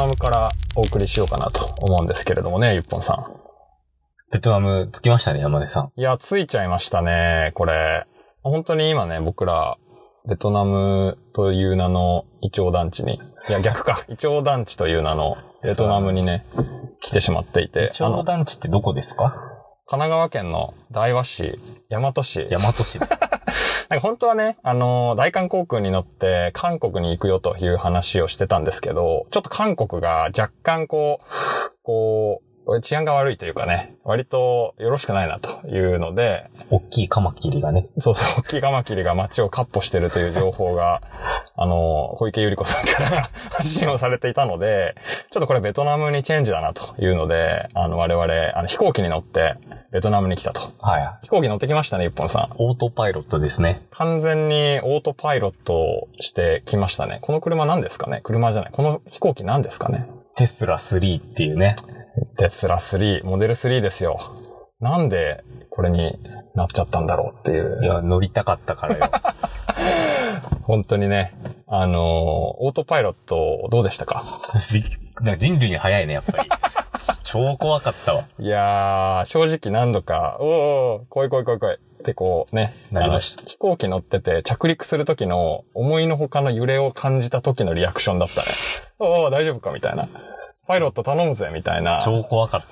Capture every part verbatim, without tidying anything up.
ナムからお送りしようかなと思うんですけれどもね、ゆっぽんさん。 ベトナム着きましたね、山根さん。 いや、着いちゃいましたね、これ。本当に今ね、僕ら、ベトナムという名のイチョウ団地に、いや逆か、イチョウ団地という名のベトナムにね、来てしまっていて。 イチョウ団地ってどこですか？ 神奈川県の大和市、大和市。 大和市です。 なんか本当はね、あの、大韓航空に乗って韓国に行くよという話をしてたんですけど、ちょっと韓国が若干こう、こう、治安が悪いというかね、割とよろしくないなというので、 大きいカマキリがね。 そうそう、大きいカマキリが街を闊歩してるという情報が、あの、小池百合子さんから発信をされていたので、ちょっとこれベトナムにチェンジだなというので、あの、我々、あの、飛行機に乗ってベトナムに来たと。 はい。 飛行機乗ってきましたね、ゆっぽんさん。 オートパイロットですね。 完全にオートパイロットをしてきましたね。この車何ですかね？車じゃない。この飛行機何ですかね？ テスラスリーっていうね。 テスラスリー、モデルスリーですよ。なんでこれになっちゃったんだろうっていう。 いや、乗りたかったからよ。 本当にね、あのー、オートパイロットどうでしたか？ なんか人類に早いね、やっぱり。超怖かったわ。 いやー、正直何度か、おーおー、怖い怖い怖い怖いってこうね、 なりました。 飛行機乗ってて着陸する時の思いのほかの揺れを感じた時のリアクションだったね。おー、大丈夫かみたいな。パイロット頼むぜみたいな。 超怖かった。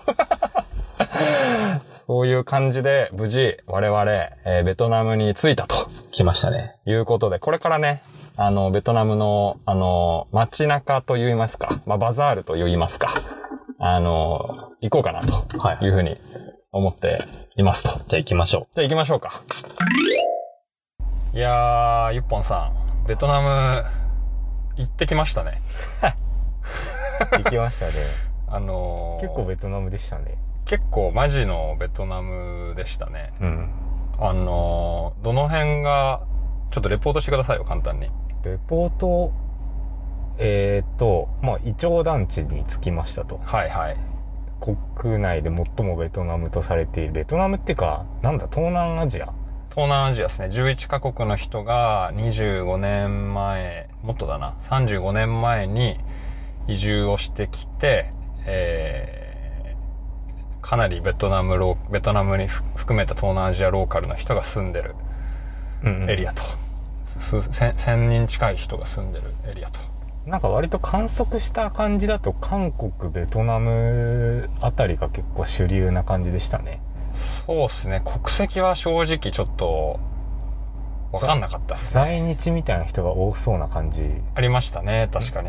そういう感じで無事我々、えー、ベトナムに着いたと。 来ましたね。 いうことで、これからね、あの、ベトナムの、あの、街中と言いますか、まあ、バザールと言いますか、あの、行こうかなというふうに思っていますと。はい、 じゃあ行きましょう。 じゃあ行きましょうか。いやー、ゆっぽんさん、ベトナム行ってきましたね。 行きましたね。 あのー、 結構ベトナムでしたね。 結構マジのベトナムでしたね。 うん。 あのー、どの辺が、ちょっとレポートしてくださいよ、簡単に。 レポート、えーっと、まあ、イチョウ団地に着きましたと。 はいはい。 国内で最もベトナムとされている、ベトナムっていうか、なんだ、東南アジア。 東南アジアですね。じゅういちカ国の人がにじゅうごねんまえ、もっとだな、さんじゅうごねんまえに移住をしてきて、えー、かなりベトナムロー、ベトナムに含めた東南アジアローカルの人が住んでるエリアと。うんうん、せんにん近い人が住んでるエリアと。 なんか割と観測した感じだと韓国、ベトナムあたりが結構主流な感じでしたね。 そうですね。国籍は正直ちょっとわかんなかったっすね。 在日みたいな人が多そうな感じ。 ありましたね、確かに。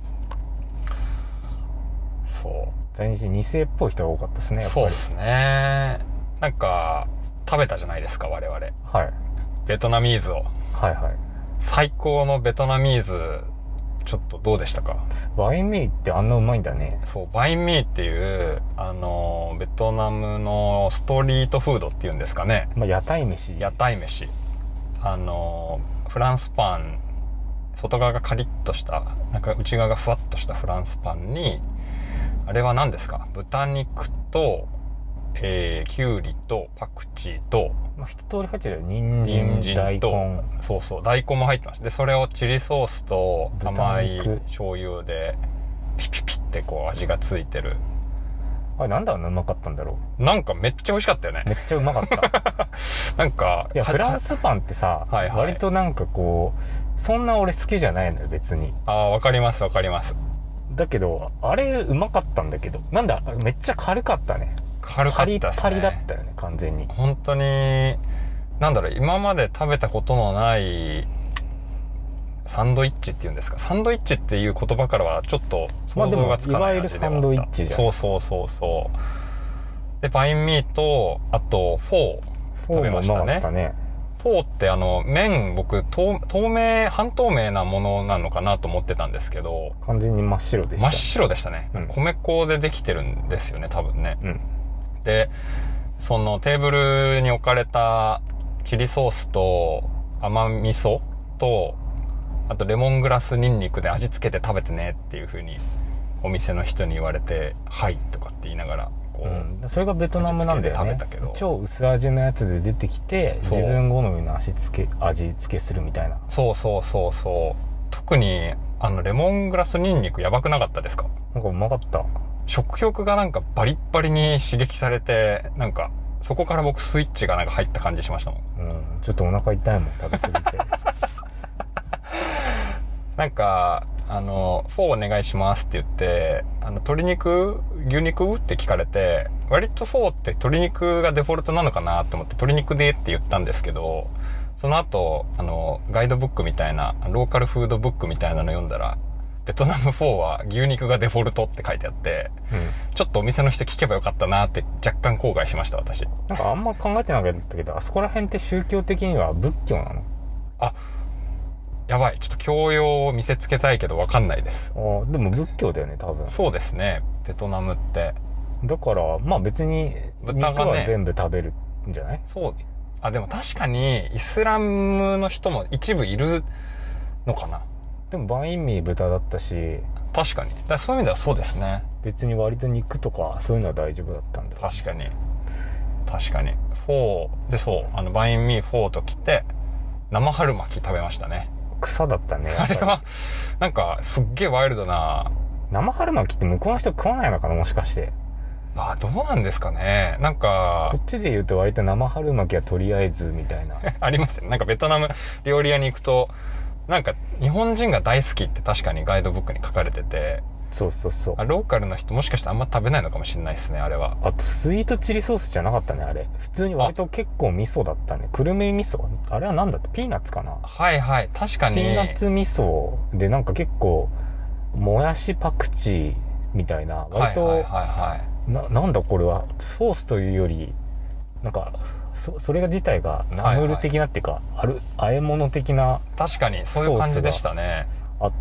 そう。 在日に世っぽい人が多かったですね、やっぱり。 そうですね。なんか、食べたじゃないですか、我々。 はい。 ベトナミーズを。 はいはい。 最高のベトナミーズ、ちょっとどうでしたか？ バインミーってあんなうまいんだね。 そう、バインミーっていう、あの、ベトナムのストリートフードっていうんですかね。 まあ、屋台飯。 屋台飯。あの、フランスパン、外側がカリッとした、なんか内側がふわっとしたフランスパンに、あれは何ですか？豚肉と、えー、きゅうりとパクチーと、 まあ、一通り入ってるよ。人参、 人参大根。 そうそう、大根も入ってました。で、それをチリソースと甘い醤油で、ピピピってこう味がついてる。 あれなんであんなうまかったんだろう。なんかめっちゃ美味しかったよね。 めっちゃうまかった。 なんか、 いや、フランスパンってさ、はいはい、割となんかこう、そんな俺好きじゃないのよ、別に。 ああ、わかりますわかります。 だけど、あれうまかったんだけど、なんだ、めっちゃ軽かったね。 軽かったっすね。 パリパリだったよね、完全に。 本当に、なんだろう、今まで食べたことのないサンドイッチっていうんですか。サンドイッチっていう言葉からはちょっと想像がつかない味ではあった。 まあでもいわゆるサンドイッチじゃん。 そうそうそうそう。で、バインミーと、あと、フォー食べましたね。フォーもうまかったね。フォーってあの、麺、僕、透明、半透明なものなのかなと思ってたんですけど。 完全に真っ白でした。 真っ白でしたね。うん、米粉でできてるんですよね、多分ね。うん、で、そのテーブルに置かれたチリソースと甘味噌と、あとレモングラスニンニクで味付けて食べてねっていう風にお店の人に言われて、はいとかって言いながら、こう、 うん、それがベトナムなんだよね。超薄味のやつで出てきて、自分好みの味付け、味付けするみたいな。 そうそうそうそ特にあのレモングラスニンニクやばくなかったですか？ なんかうまかった。 食欲がなんかバリッバリに刺激されて、なんかそこから僕スイッチがなんか入った感じしましたもん。 うん、ちょっとお腹痛いもん、食べ過ぎて。 なんか、あの、フォーお願いしますって言って、あの、鶏肉、牛肉って聞かれて、割とフォーって鶏肉がデフォルトなのかなと思って鶏肉でって言ったんですけど、その後、あの、ガイドブックみたいな、ローカルフードブックみたいなの読んだら、ベトナムフォーは牛肉がデフォルトって書いてあって、うん、ちょっとお店の人聞けばよかったなって若干後悔しました、私。 なんかあんま考えてなかったけど、あそこら辺って宗教的には仏教なの？ あ、やばい。ちょっと教養を見せつけたいけど分かんないです。 ああ、でも仏教だよね、多分。 そうですね。ベトナムって。 だから、まあ別に、肉は全部食べるんじゃない？ね、 そう。あ、でも確かに、イスラムの人も一部いるのかな。 でもバインミー豚だったし。 確かに。だからそういう意味ではそうですね。 別に割と肉とか、そういうのは大丈夫だったんだ、ね。 確かに。確かに。フォー、でそう、あの、バインミーフォーと来て、生春巻き食べましたね。 草だったね。 あれは、なんか、すっげえワイルドな。 生春巻きって向こうの人食わないのかな、もしかして。 ああ、どうなんですかね。なんか。 こっちで言うと割と生春巻きはとりあえずみたいな。 ありますよ。なんかベトナム料理屋に行くと、なんか日本人が大好きって確かにガイドブックに書かれてて。 そうそうそう。 あ、ローカルの人もしかしてあんま食べないのかもしれないですね、あれは。 あとスイートチリソースじゃなかったね、あれ。普通に割と結構味噌だったね。くるみ味噌。あれはなんだって、ピーナッツかな。 はいはい。確かに。 ピーナッツ味噌でなんか結構、もやしパクチーみたいな。割と、はいはいはいはい、な、なんだこれは。ソースというより、なんか、そ, それが自体がナムル的なっていうか、はいはい、ある、和え物的な。 確かに、そういう感じでしたね。 あって、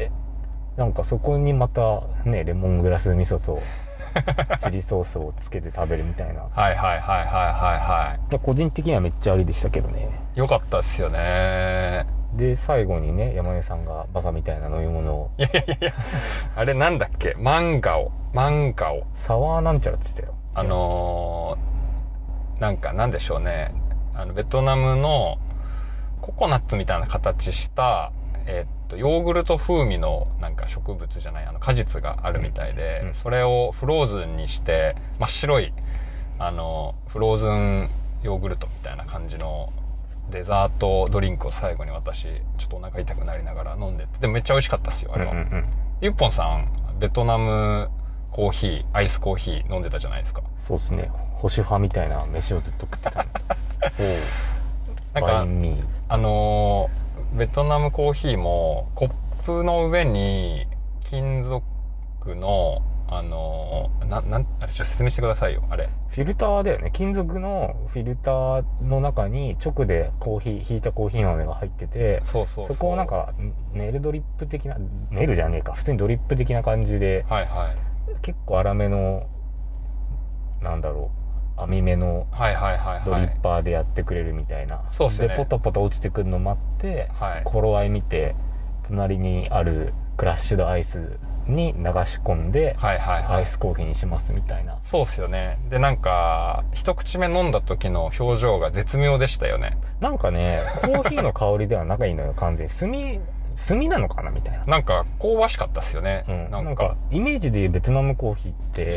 なんかそこにまたね、レモングラス味噌とチリソースをつけて食べるみたいな。 はいはいはいはいはいはい。 個人的にはめっちゃありでしたけどね。 よかったですよね。 で、最後にね、山根さんがバカみたいな飲み物を。 いやいやいや、あれなんだっけ、マンガオ。マンガオ。 サワーなんちゃらって言ってたよ。 あのー、なんかなんでしょうね。あの、ベトナムのココナッツみたいな形した、えー、っと、ヨーグルト風味のなんか植物じゃない、あの果実があるみたいで、うんうん、それをフローズンにして、真っ白い、あの、フローズンヨーグルトみたいな感じのデザートドリンクを最後に私、ちょっとお腹痛くなりながら飲んでて、でもめっちゃ美味しかったっすよ、あれは。うんうんうん、ゆっぽんさん、ベトナムコーヒー、アイスコーヒー飲んでたじゃないですか。 そうっすね。保守派みたいな飯をずっと食ってたんで。 なんか、あのー、ベトナムコーヒーもコップの上に金属のあのー、な、なん、あれちょっと説明してくださいよ、あれ。 フィルターだよね。金属のフィルターの中に直でコーヒー、ひいたコーヒー豆が入ってて、 そうそうそう。 そこをなんかネルドリップ的な、ネルじゃねえか、普通にドリップ的な感じで、 はいはい。 結構粗めの、なんだろう、網目のドリッパーでやってくれるみたいな。 そうですね。 で、ポタポタ落ちてくるの待って、 はい、 頃合い見て、隣にあるクラッシュドアイスに流し込んで、 はいはいはい、 アイスコーヒーにしますみたいな。 そうっすよね。で、なんか、一口目飲んだ時の表情が絶妙でしたよね。 なんかね、コーヒーの香りではないのよ、完全に。炭、炭なのかなみたいな。 なんか、香ばしかったっすよね。 うん。なんか、なんかイメージでベトナムコーヒーって、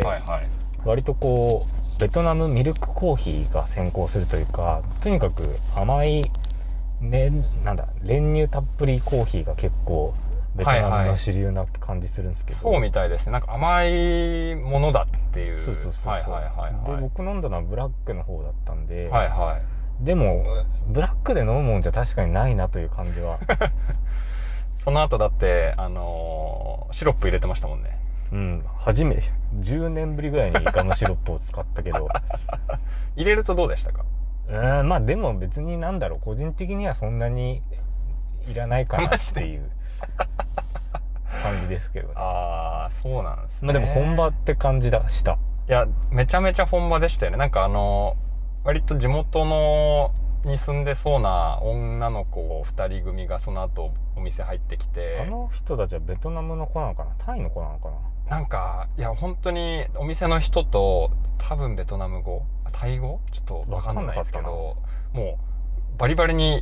はいはい、 割とこう、ベトナムミルクコーヒーが先行するというか、とにかく甘い、ね、なんだ、練乳たっぷりコーヒーが結構、ベトナムの主流な感じするんですけど、 はいはい、そうみたいですね。なんか甘いものだっていう。 そうそうそうそう。 はいはいはい、 はい。で、僕飲んだのはブラックの方だったんで、 はいはい。 でも、ブラックで飲むもんじゃ確かにないなという感じは。 その後だって、あのー、シロップ入れてましたもんね。 うん。初めて、じゅうねんぶりぐらいにガムシロップを使ったけど。 入れるとどうでしたか？ うん、まあでも別になんだろう、個人的にはそんなにいらないかなっていう感じですけどね。 ああ、そうなんですね。 まあでも本場って感じだした。 いや、めちゃめちゃ本場でしたよね。なんかあの、割と地元のに住んでそうな女の子二人組がその後お店入ってきて。 あの人たちはベトナムの子なのかな？タイの子なのかな？ なんか、いや本当にお店の人と多分ベトナム語、タイ語ちょっとわかんないですけど、もうバリバリに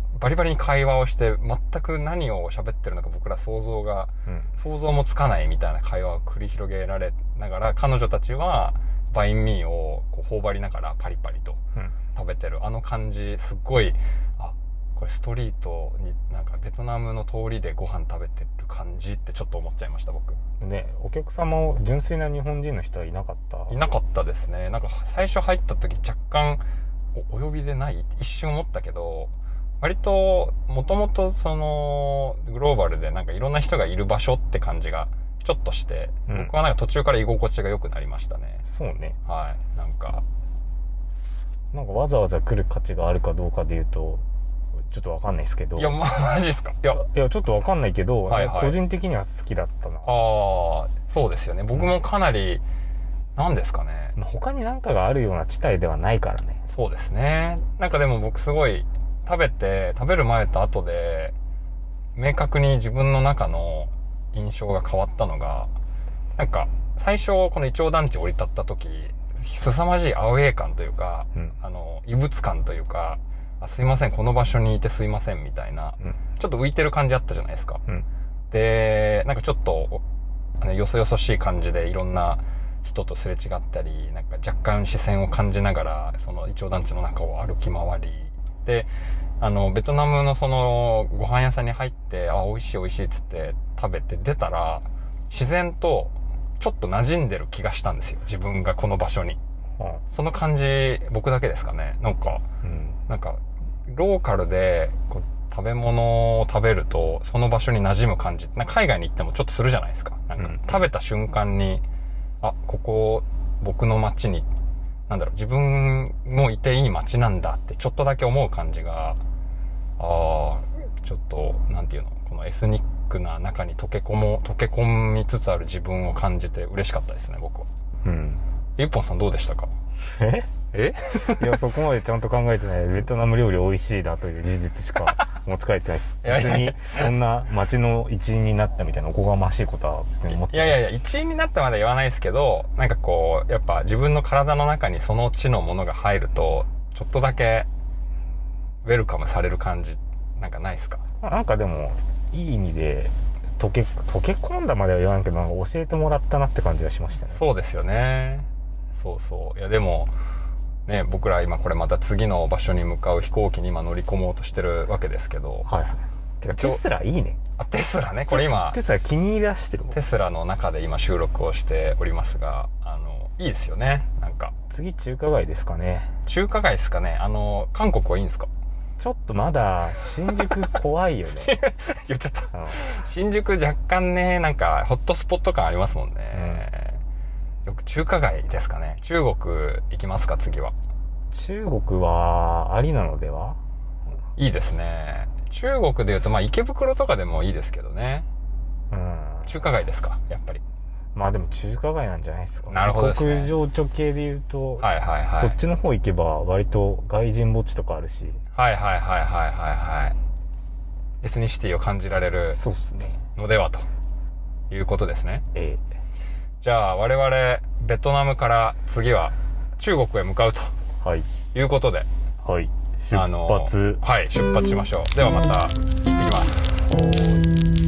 バリバリに会話をして全く何を喋ってるのか僕ら想像が、うん、想像もつかないみたいな会話を繰り広げられながら、彼女たちはバインミーをこう頬張りながらパリパリと食べてる、うん、あの感じすっごい、あ、これストリートになんかベトナムの通りでご飯食べてる感じってちょっと思っちゃいました僕ね。お客様も純粋な日本人の人はいなかった？ いなかったですね。なんか最初入った時若干 お, お呼びでない一瞬思ったけど、割ともともとそのグローバルでなんかいろんな人がいる場所って感じがちょっとして、うん、僕はなんか途中から居心地が良くなりましたね。 そうね。 はい。なんかなんかわざわざ来る価値があるかどうかで言うとちょっとわかんないですけど。 いや、ま、マジっすか。いや、 いやちょっとわかんないけど、はいはい、個人的には好きだったな。 ああ、そうですよね。僕もかなり、うん、なんですかね。 他に何かがあるような地帯ではないからね。 そうですね。なんかでも僕すごい食べて、食べる前と後で、明確に自分の中の印象が変わったのが、なんか、最初このイチョウ団地降り立った時、凄まじいアウェー感というか、うん、あの、異物感というか、あ、すいません、この場所にいてすいませんみたいな、うん、ちょっと浮いてる感じあったじゃないですか。うん、で、なんかちょっと、よそよそしい感じでいろんな人とすれ違ったり、なんか若干視線を感じながら、そのイチョウ団地の中を歩き回り、で、あの、ベトナムのそのご飯屋さんに入って、あ、美味しい美味しいっつって食べて出たら、自然とちょっと馴染んでる気がしたんですよ。自分がこの場所に。うん、その感じ、僕だけですかね。なんか、うん、なんか、ローカルでこう食べ物を食べると、その場所に馴染む感じ。なんか海外に行ってもちょっとするじゃないですか。なんか、食べた瞬間に、あ、ここ、僕の街に、なんだろう、自分もいていい街なんだってちょっとだけ思う感じが、ああ、ちょっと、なんていうの、このエスニックな中に溶け込も、溶け込みつつある自分を感じて嬉しかったですね、僕は。うん。ゆっぽんさんどうでしたか？ ええいや、そこまでちゃんと考えてない。ベトナム料理美味しいだという事実しか持ち帰ってないです。別に、こんな街の一員になったみたいなおこがましいことは思ってない。 いやいやいや、一員になったまで言わないですけど、なんかこう、やっぱ自分の体の中にその地のものが入ると、ちょっとだけ、ウェルカムされる感じ、なんかないですか？ なんかでも、いい意味で、溶け、溶け込んだまでは言わないけど、なんか教えてもらったなって感じがしましたね。 そうですよね。そうそう。いや、でも、ね、僕ら今これまた次の場所に向かう飛行機に今乗り込もうとしてるわけですけど。はいはい。 てかテスラいいね。 あ、テスラね。これ今。 テスラ気に入らしてるもん。 テスラの中で今収録をしておりますが、あの、いいですよね。なんか。 次中華街ですかね。 中華街ですかね。あの、韓国はいいんですか？ ちょっとまだ新宿怖いよね。 言っちゃった。うん、新宿若干ね、なんかホットスポット感ありますもんね。うん、よく中華街ですかね。中国行きますか、次は。 中国はありなのでは？ いいですね。中国で言うと、まあ池袋とかでもいいですけどね。うん。中華街ですか、やっぱり。 まあでも中華街なんじゃないですか。 なるほどですね。 国情緒系で言うと、 はいはいはい。 こっちの方行けば割と外人墓地とかあるし。 はいはいはいはいはいはい。エスニシティを感じられる。 そうですね。 のではということですね。 ええ。 じゃあ我々ベトナムから次は中国へ向かうと。はい。いうことで。 はい。出発。 はい、出発しましょう。ではまた行ってきます。はい。